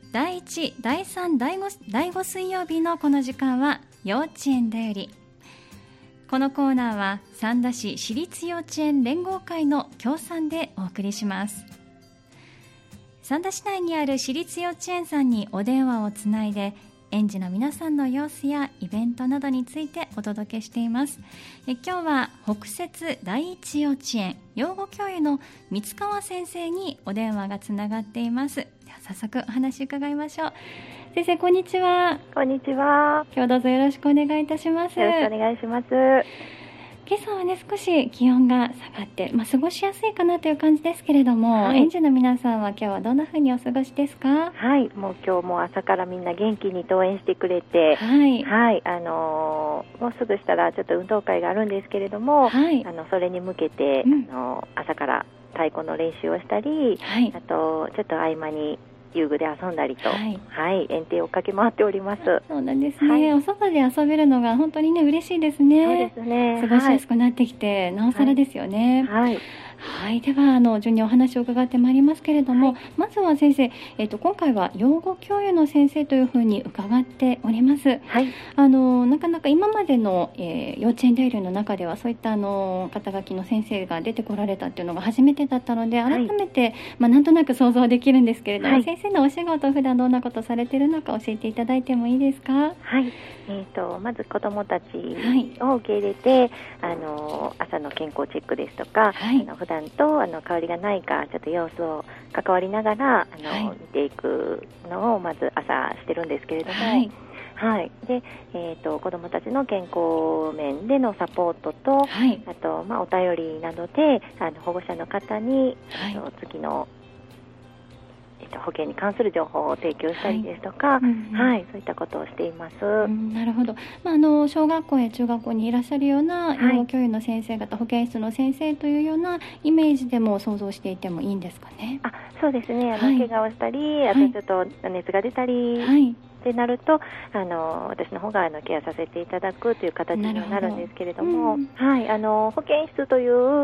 第1、第3、第5水曜日のこの時間は幼稚園だより。このコーナーは三田市私立幼稚園連合会の協賛でお送りします。三田市内にある私立幼稚園さんにお電話をつないで、園児の皆さんの様子やイベントなどについてお届けしています。今日は北摂第一幼稚園養護教諭の三川先生にお電話がつながっています。では早速お話伺いましょう。先生、こんにちは。 こんにちは。 今日どうぞよろしくお願いいたします。 よろしくお願いします。 今朝はね、少し気温が下がって、過ごしやすいかなという感じですけれども、園児の皆さんは今日はどんな風にお過ごしですか？ はい、もう今日も朝からみんな元気に登園してくれて、もうすぐしたらちょっと運動会があるんですけれども、それに向けて、朝から太鼓の練習をしたり、あとちょっと合間に遊具で遊んだりと、園庭を駆け回っております。 そうなんですね。お外で遊べるのが本当にね、嬉しいですね。 そうですね。 過ごしやすくなってきて、なおさらですよね。では順にお話を伺ってまいりますけれども、まずは先生、今回は養護教諭の先生というふうに伺っております。なかなか今までの、幼稚園デビューの中ではそういった肩書きの先生が出てこられたっていうのが初めてだったので、改めて、なんとなく想像できるんですけれども、先生のお仕事、普段どんなことされているのか教えていただいてもいいですか？ まず子どもたちを受け入れて、朝の健康チェックですとか、普段と変わりがないかちょっと様子を関わりながら見ていくのをまず朝してるんですけれども、で、子どもたちの健康面でのサポートと、あと、お便りなどで保護者の方に、月の保険に関する情報を提供したりですとか、そういったことをしています。 なるほど。小学校や中学校にいらっしゃるような養護教諭の先生方、保健室の先生というようなイメージでも想像していてもいいんですかね？ そうですね。怪我をしたり、あとちょっと熱が出たり、ってなると私の方がケアさせていただくという形にはなるんですけれども、保健室という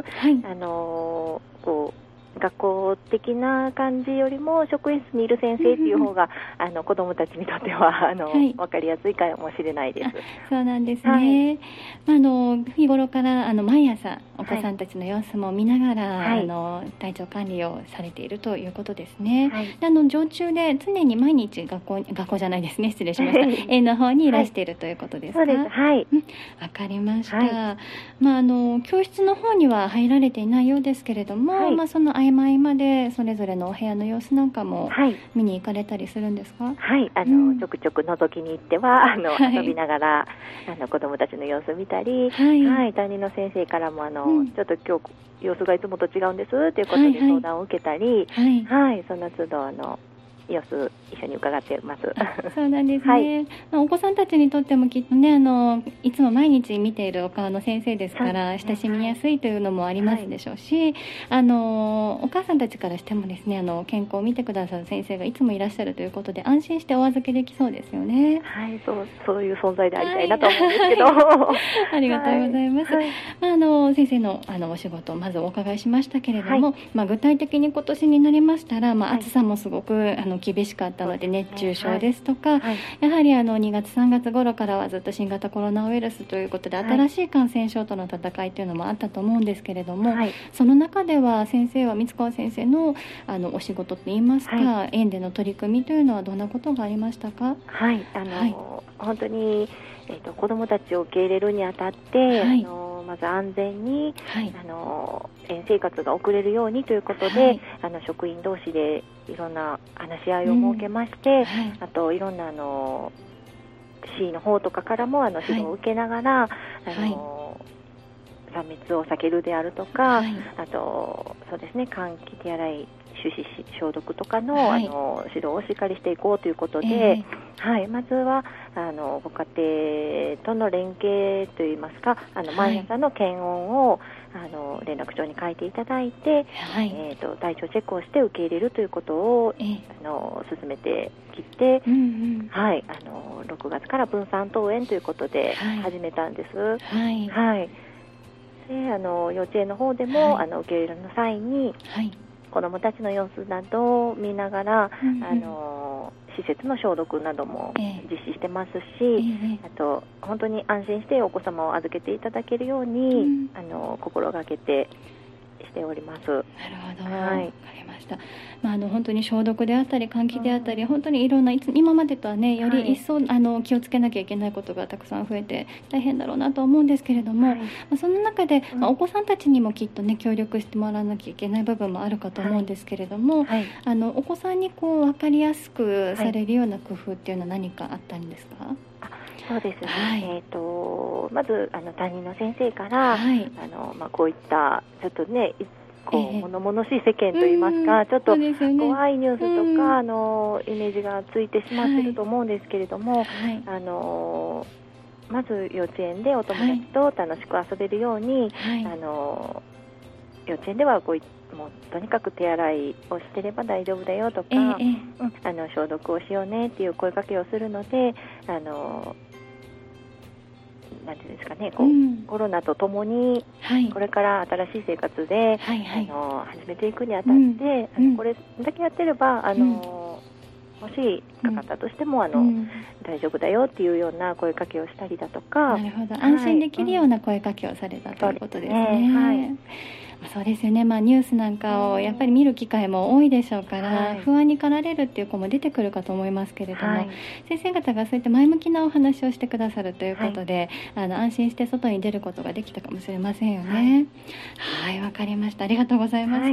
学校的な感じよりも職員室にいる先生っていう方が、子どもたちにとっては分かりやすいかもしれないです。 そうなんですね。日頃から毎朝お子さんたちの様子も見ながら、体調管理をされているということですね。常駐で常に毎日学校じゃないですね、失礼しました園の方にいらしているということですか？ そうです。わかりました。教室の方には入られていないようですけれども、その合間でそれぞれのお部屋の様子なんかも見に行かれたりするんですか？ ちょくちょく覗きに行っては遊びながら子どもたちの様子を見たり、担任の先生からもちょっと今日様子がいつもと違うんですということで相談を受けたり、その都度様子一緒に伺っています。 そうなんですね。お子さんたちにとってもきっとね、いつも毎日見ているお顔の先生ですから、親しみやすいというのもありますでしょうし、お母さんたちからしてもですね、健康を見てくださる先生がいつもいらっしゃるということで安心してお預けできそうですよね。 そういう存在でありたいなと思うんですけど、 ありがとうございます。先生のお仕事をまずお伺いしましたけれども、具体的に今年になりましたら、暑さもすごく厳しかったので熱中症ですとか、やはり2月3月頃からはずっと新型コロナウイルスということで、新しい感染症との戦いというのもあったと思うんですけれども、その中では先生は三川先生のお仕事といいますか、園での取り組みというのはどんなことがありましたか？ 本当に、子どもたちを受け入れるにあたって、まず安全に、園生活が送れるようにということで、職員同士でいろんな話し合いを設けまして、あといろんな市の方とかからも指導を受けながら、3密を避けるであるとか、あとそうですね、換気手洗い手指消毒とかの、指導をしっかりしていこうということで、まずはご家庭との連携といいますか、毎朝の検温を連絡帳に書いていただいて、体調チェックをして受け入れるということを、進めてきて、6月から分散登園ということで始めたんです。で幼稚園の方でも、受け入れの際に、子どもたちの様子などを見ながら、施設の消毒なども実施してますし、あと本当に安心してお子様を預けていただけるように、心がけてしております。 なるほど、わかりました。本当に消毒であったり換気であったり、本当にいろんな今までとはねより一層、気をつけなきゃいけないことがたくさん増えて大変だろうなと思うんですけれども、その中で、お子さんたちにもきっとね協力してもらわなきゃいけない部分もあるかと思うんですけれども、お子さんに分かりやすくされるような工夫っていうのは何かあったんですか？ そうですね、まず担任の先生から、こういったちょっとね物々しい世間といいますか、ちょっと怖いニュースとか、イメージがついてしまっていると思うんですけれども、まず幼稚園でお友達と楽しく遊べるように、幼稚園ではもうとにかく手洗いをしてれば大丈夫だよとか、消毒をしようねっていう声かけをするので、なんていうんですかね、コロナとともに、これから新しい生活で、始めていくにあたって、これだけやってればもしかかったとしても大丈夫だよっていうような声かけをしたりだとか、 なるほど、安心できるような声かけをされたということですね。そうですよね、ニュースなんかをやっぱり見る機会も多いでしょうから、不安に駆られるっていう子も出てくるかと思いますけれども、先生方がそういった前向きなお話をしてくださるということで、安心して外に出ることができたかもしれませんよね。わかりました。ありがとうございます。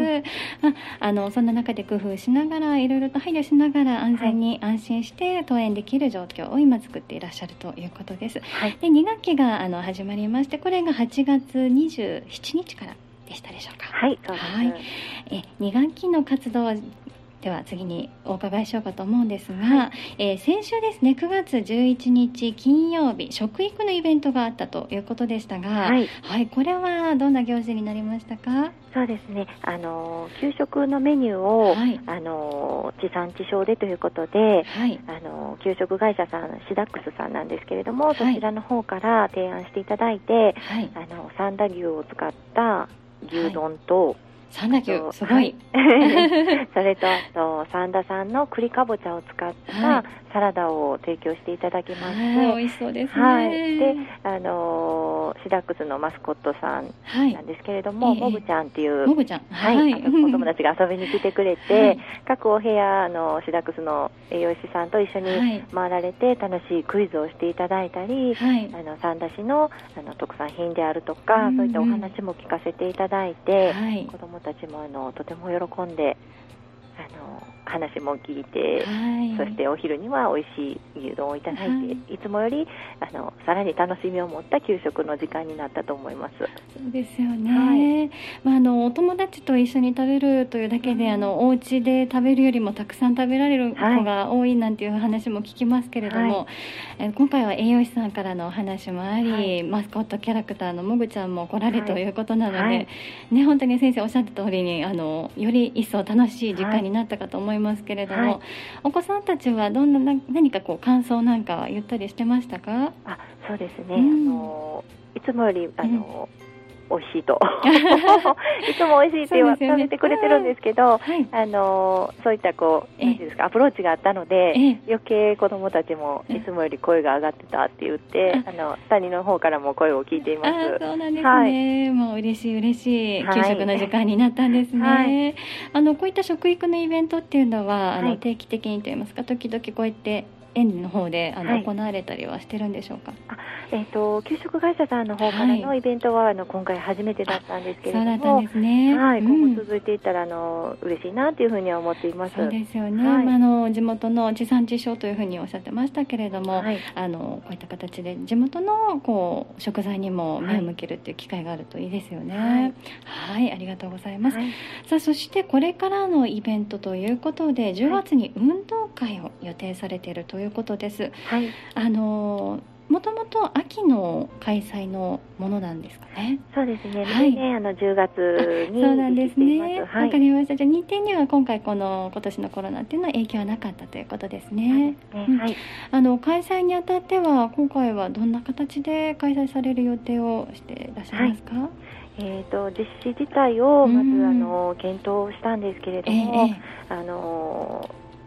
そんな中で工夫しながらいろいろと配慮しながら安全に安心して登園できる状況を今作っていらっしゃるということです。で、2学期が始まりまして、これが8月27日からでしたでしょうか？ はい、そうです。 2学期の活動では次にお伺いしようかと思うんですが、先週ですね、9月11日金曜日、食育のイベントがあったということでしたが、これはどんな行事になりましたか？ そうですね、給食のメニューを、地産地消でということで、給食会社さんシダックスさんなんですけれども、そちらの方から提案していただいて、三田牛を使った牛丼と、 三田牛すごいそれとあと三田産の栗かぼちゃを使ったサラダを提供していただきまして、 美味しそうですね。 で、シダックスのマスコットさんなんですけれども、モブちゃんっていうお友達が遊びに来てくれて、各お部屋シダックスの栄養士さんと一緒に回られて楽しいクイズをしていただいたり、三田市の特産品であるとか、そういったお話も聞かせていただいて、子どもたちもとても喜んで話も聞いて、そしてお昼には美味しい牛丼をいただいて、いつもよりさらに楽しみを持った給食の時間になったと思います。 そうですよね。お友達と一緒に食べるというだけで、お家で食べるよりもたくさん食べられる子が多いなんていう話も聞きますけれども、今回は栄養士さんからのお話もあり、マスコットキャラクターのもぐちゃんも来られということなので、本当に先生おっしゃった通りにより一層楽しい時間になったかと思いますけれども、お子さんたちは何か感想なんかは言ったりしてましたか？ そうですね、いつもより美味しいといつも美味しいって食べてくれてるんですけど、そういったなんていうんですか、アプローチがあったので、余計子どもたちもいつもより声が上がってたって言って、谷の方からも声を聞いています。 そうなんですね。もう嬉しい給食の時間になったんですね。こういった食育のイベントっていうのは定期的にといいますか、時々こうやって園の方で行われたりはしてるんでしょうか？ 給食会社さんの方からのイベントは今回初めてだったんですけれども、 そうだったんですね。 今後続いていったら嬉しいなというふうには思っています。 そうですよね。地元の地産地消というふうにおっしゃってましたけれども、こういった形で地元の食材にも目を向けるっていう機会があるといいですよね。ありがとうございます。さあ、そしてこれからのイベントということで10月に運動会を予定されているということです。もともと秋の開催のものなんですかね？ そうですね。10月にそうなんですね。わかりました。じゃあ日程には今年のコロナっていうのは影響はなかったということですね。開催にあたっては今回はどんな形で開催される予定をしていらっしゃいますか？ 実施自体をまず検討したんですけれども、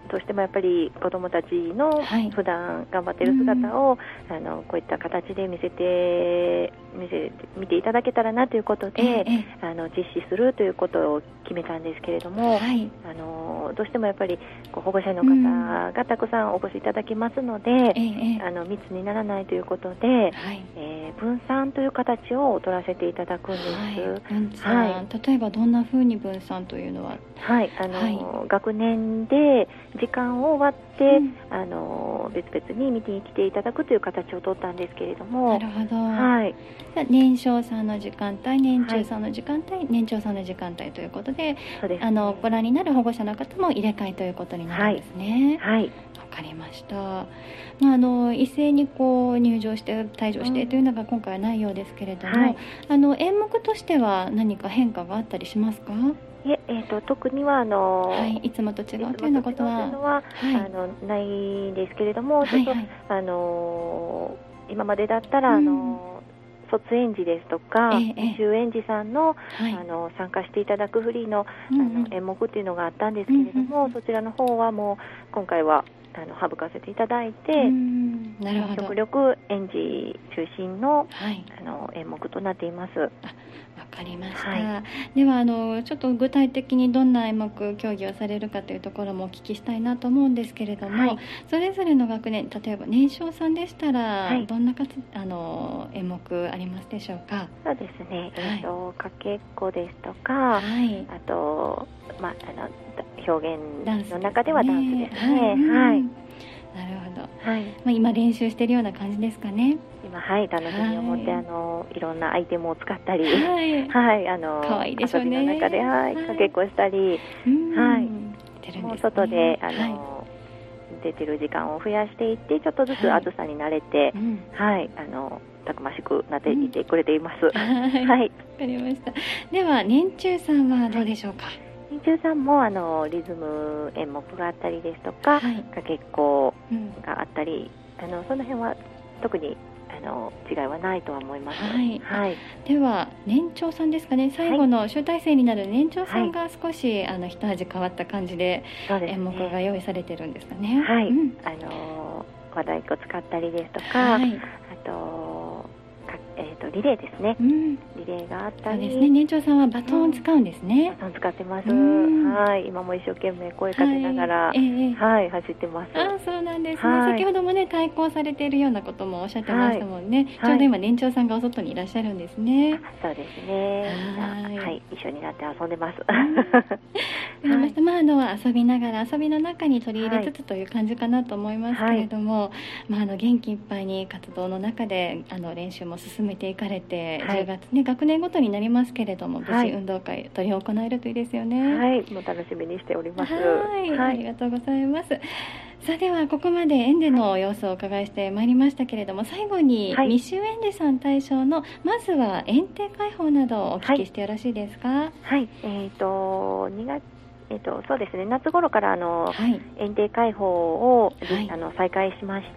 どうしてもやっぱり子どもたちの普段頑張っている姿を、こういった形で見ていただけたらなということで、実施するということを決めたんですけれども、どうしてもやっぱり保護者の方がたくさんお越しいただきますので、密にならないということで、分散という形を取らせていただくんです。 例えばどんな風に分散というのは、 学年で時間を割って、別々に見に来ていただくという形を取ったんですけれども。 なるほど。年少さんの時間帯、年中さんの時間帯、年長さんの時間帯ということで、ご覧になる保護者の方も入れ替えということになるんですね。わかりました。一斉に入場して退場してというのが今回はないようですけれども、演目としては何か変化があったりしますか？ 特にはいつもと違うというようなことはないんですけれども、ちょっと今までだったら卒園児ですとか中園児さんの参加していただくフリーの演目っていうのがあったんですけれども、そちらの方はもう今回は省かせていただいて、極力園児中心の演目となっています。 わかりました。ではちょっと具体的にどんな演目競技をされるかというところもお聞きしたいなと思うんですけれども、それぞれの学年、例えば年少さんでしたら、どんな演目ありますでしょうか？ そうですね、かけっこですとか、あと、表現の中ではダンスですね。 なるほど。今練習しているような感じですかね。 今楽しみを持っていろんなアイテムを使ったり、 可愛いでしょうね。 遊びの中でかけっこしたり、もう外で出てる時間を増やしていって、ちょっとずつ暑さに慣れて、たくましくなっていってくれています。わかりました。では年中さんはどうでしょうか？ 年中さんもリズム演目があったりですとか、かけっこがあったり、その辺は特に違いはないとは思います。 では年長さんですかね、最後の集大成になる年長さんが少し一味変わった感じで演目が用意されてるんですかね。 和太鼓使ったりですとか、あとリレーですね。リレーがあったり、 年長さんはバトンを使うんですね。 バトン使ってます。今も一生懸命声かけながら、走ってます。 そうなんですね。先ほどもね、対抗されているようなこともおっしゃってましたもんね。ちょうど今年長さんがお外にいらっしゃるんですね。 そうですね。一緒になって遊んでます。 遊びながら遊びの中に取り入れつつという感じかなと思いますけれども、元気いっぱいに活動の中で練習も進めていかれて、10月ね、学年ごとになりますけれども、無事運動会取り行えるといいですよね。 もう楽しみにしております。 ありがとうございます。さあ、ではここまで園での様子をお伺いしてまいりましたけれども、最後に未就園児さん対象のまずは園庭開放などをお聞きしてよろしいですか？ 2月そうですね、夏頃から園庭開放を、再開しまして、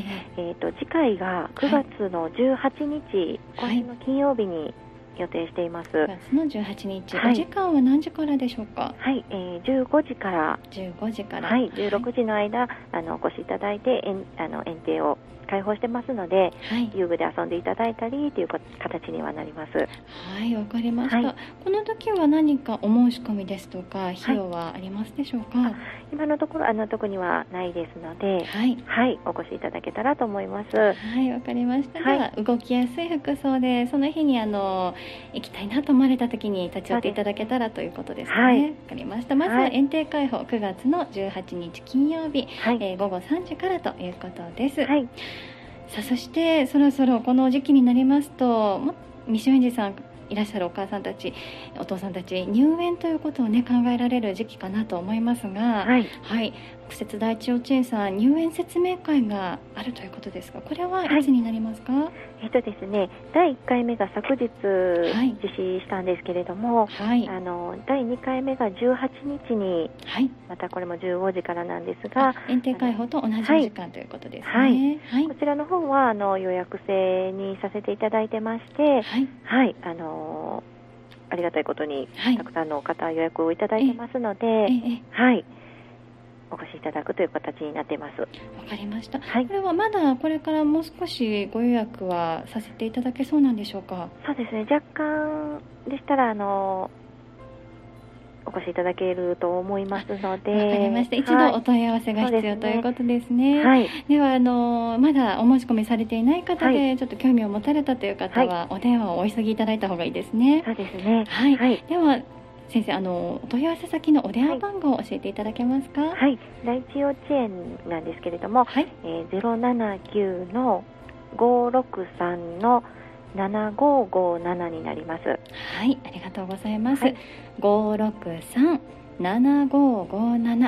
次回が9月の18日、今週の金曜日に予定しています。 9月の18日、お時間は何時からでしょうか ？15時から16時の間お越しいただいて園庭を開放してますので、遊具で遊んでいただいたりという形にはなります。 わかりました。この時は何かお申し込みですとか費用はありますでしょうか？ 今のところ特にはないですので、お越しいただけたらと思います。 わかりました。では動きやすい服装でその日に行きたいなと思われた時に立ち寄っていただけたらということですね。わかりました。まずは園庭開放9月の18日金曜日、午後3時からということです。さあ、そしてそろそろこの時期になりますと、未就園児さんいらっしゃるお母さんたち、お父さんたち、入園ということをね、考えられる時期かなと思いますが、北摂第一幼稚園さん、入園説明会があるということですが、これはいつになりますか？ ですね、第1回目が昨日実施したんですけれども、第2回目が18日に、またこれも15時からなんですが、 園庭開放と同じ時間ということですね。 こちらの方は予約制にさせていただいてまして、ありがたいことにたくさんの方予約をいただいてますので、 お越しいただくという形になっています。わかりました、 はい、 これはまだこれからもう少しご予約はさせていただけそうなんでしょうか？ そうですね、若干でしたらお越しいただけると思いますので。 わかりました。一度お問い合わせが必要、ということですね。はい、ではまだお申し込みされていない方で、ちょっと興味を持たれたという方は、お電話をお急ぎいただいた方がいいですね。 そうですね。 はい。では先生、お問い合わせ先のお電話番号を教えていただけますか？はい。 第一幼稚園なんですけれども、079の563の7557になります。はい、ありがとうございます。563-7557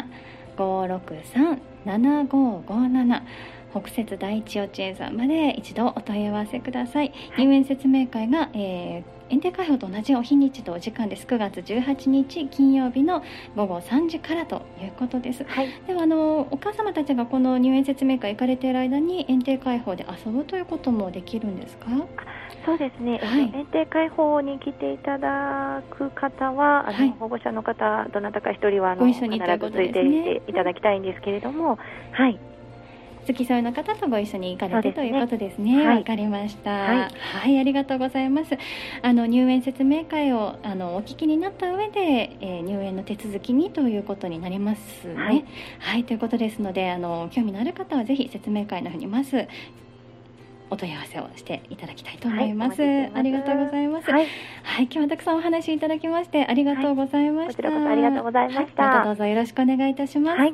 563-7557北摂第一幼稚園さんまで一度お問い合わせください。入園説明会が、園庭開放と同じお日にちとお時間です。9月18日金曜日の午後3時からということです。ではお母様たちがこの入園説明会行かれている間に園庭開放で遊ぶということもできるんですか？ そうですね、園庭開放に来ていただく方は保護者の方どなたか一人はご一緒に必ずついていていただきたいんですけれども、 付き添いの方とご一緒に行かれてということですね。わかりました。はい、ありがとうございます。入園説明会をお聞きになった上で、入園の手続きにということになりますね。はい、ということですので興味のある方はぜひ説明会の方にまずお問い合わせをしていただきたいと思います。ありがとうございます。はい、今日はたくさんお話いただきましてありがとうございました。 こちらこそありがとうございました。 またどうぞよろしくお願いいたします。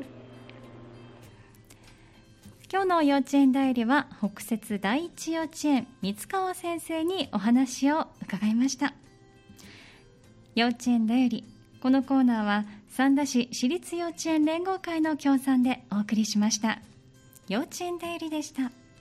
今日の幼稚園だよりは北摂第一幼稚園三川先生にお話を伺いました。幼稚園だより、このコーナーは三田市私立幼稚園連合会の協賛でお送りしました。幼稚園だよりでした。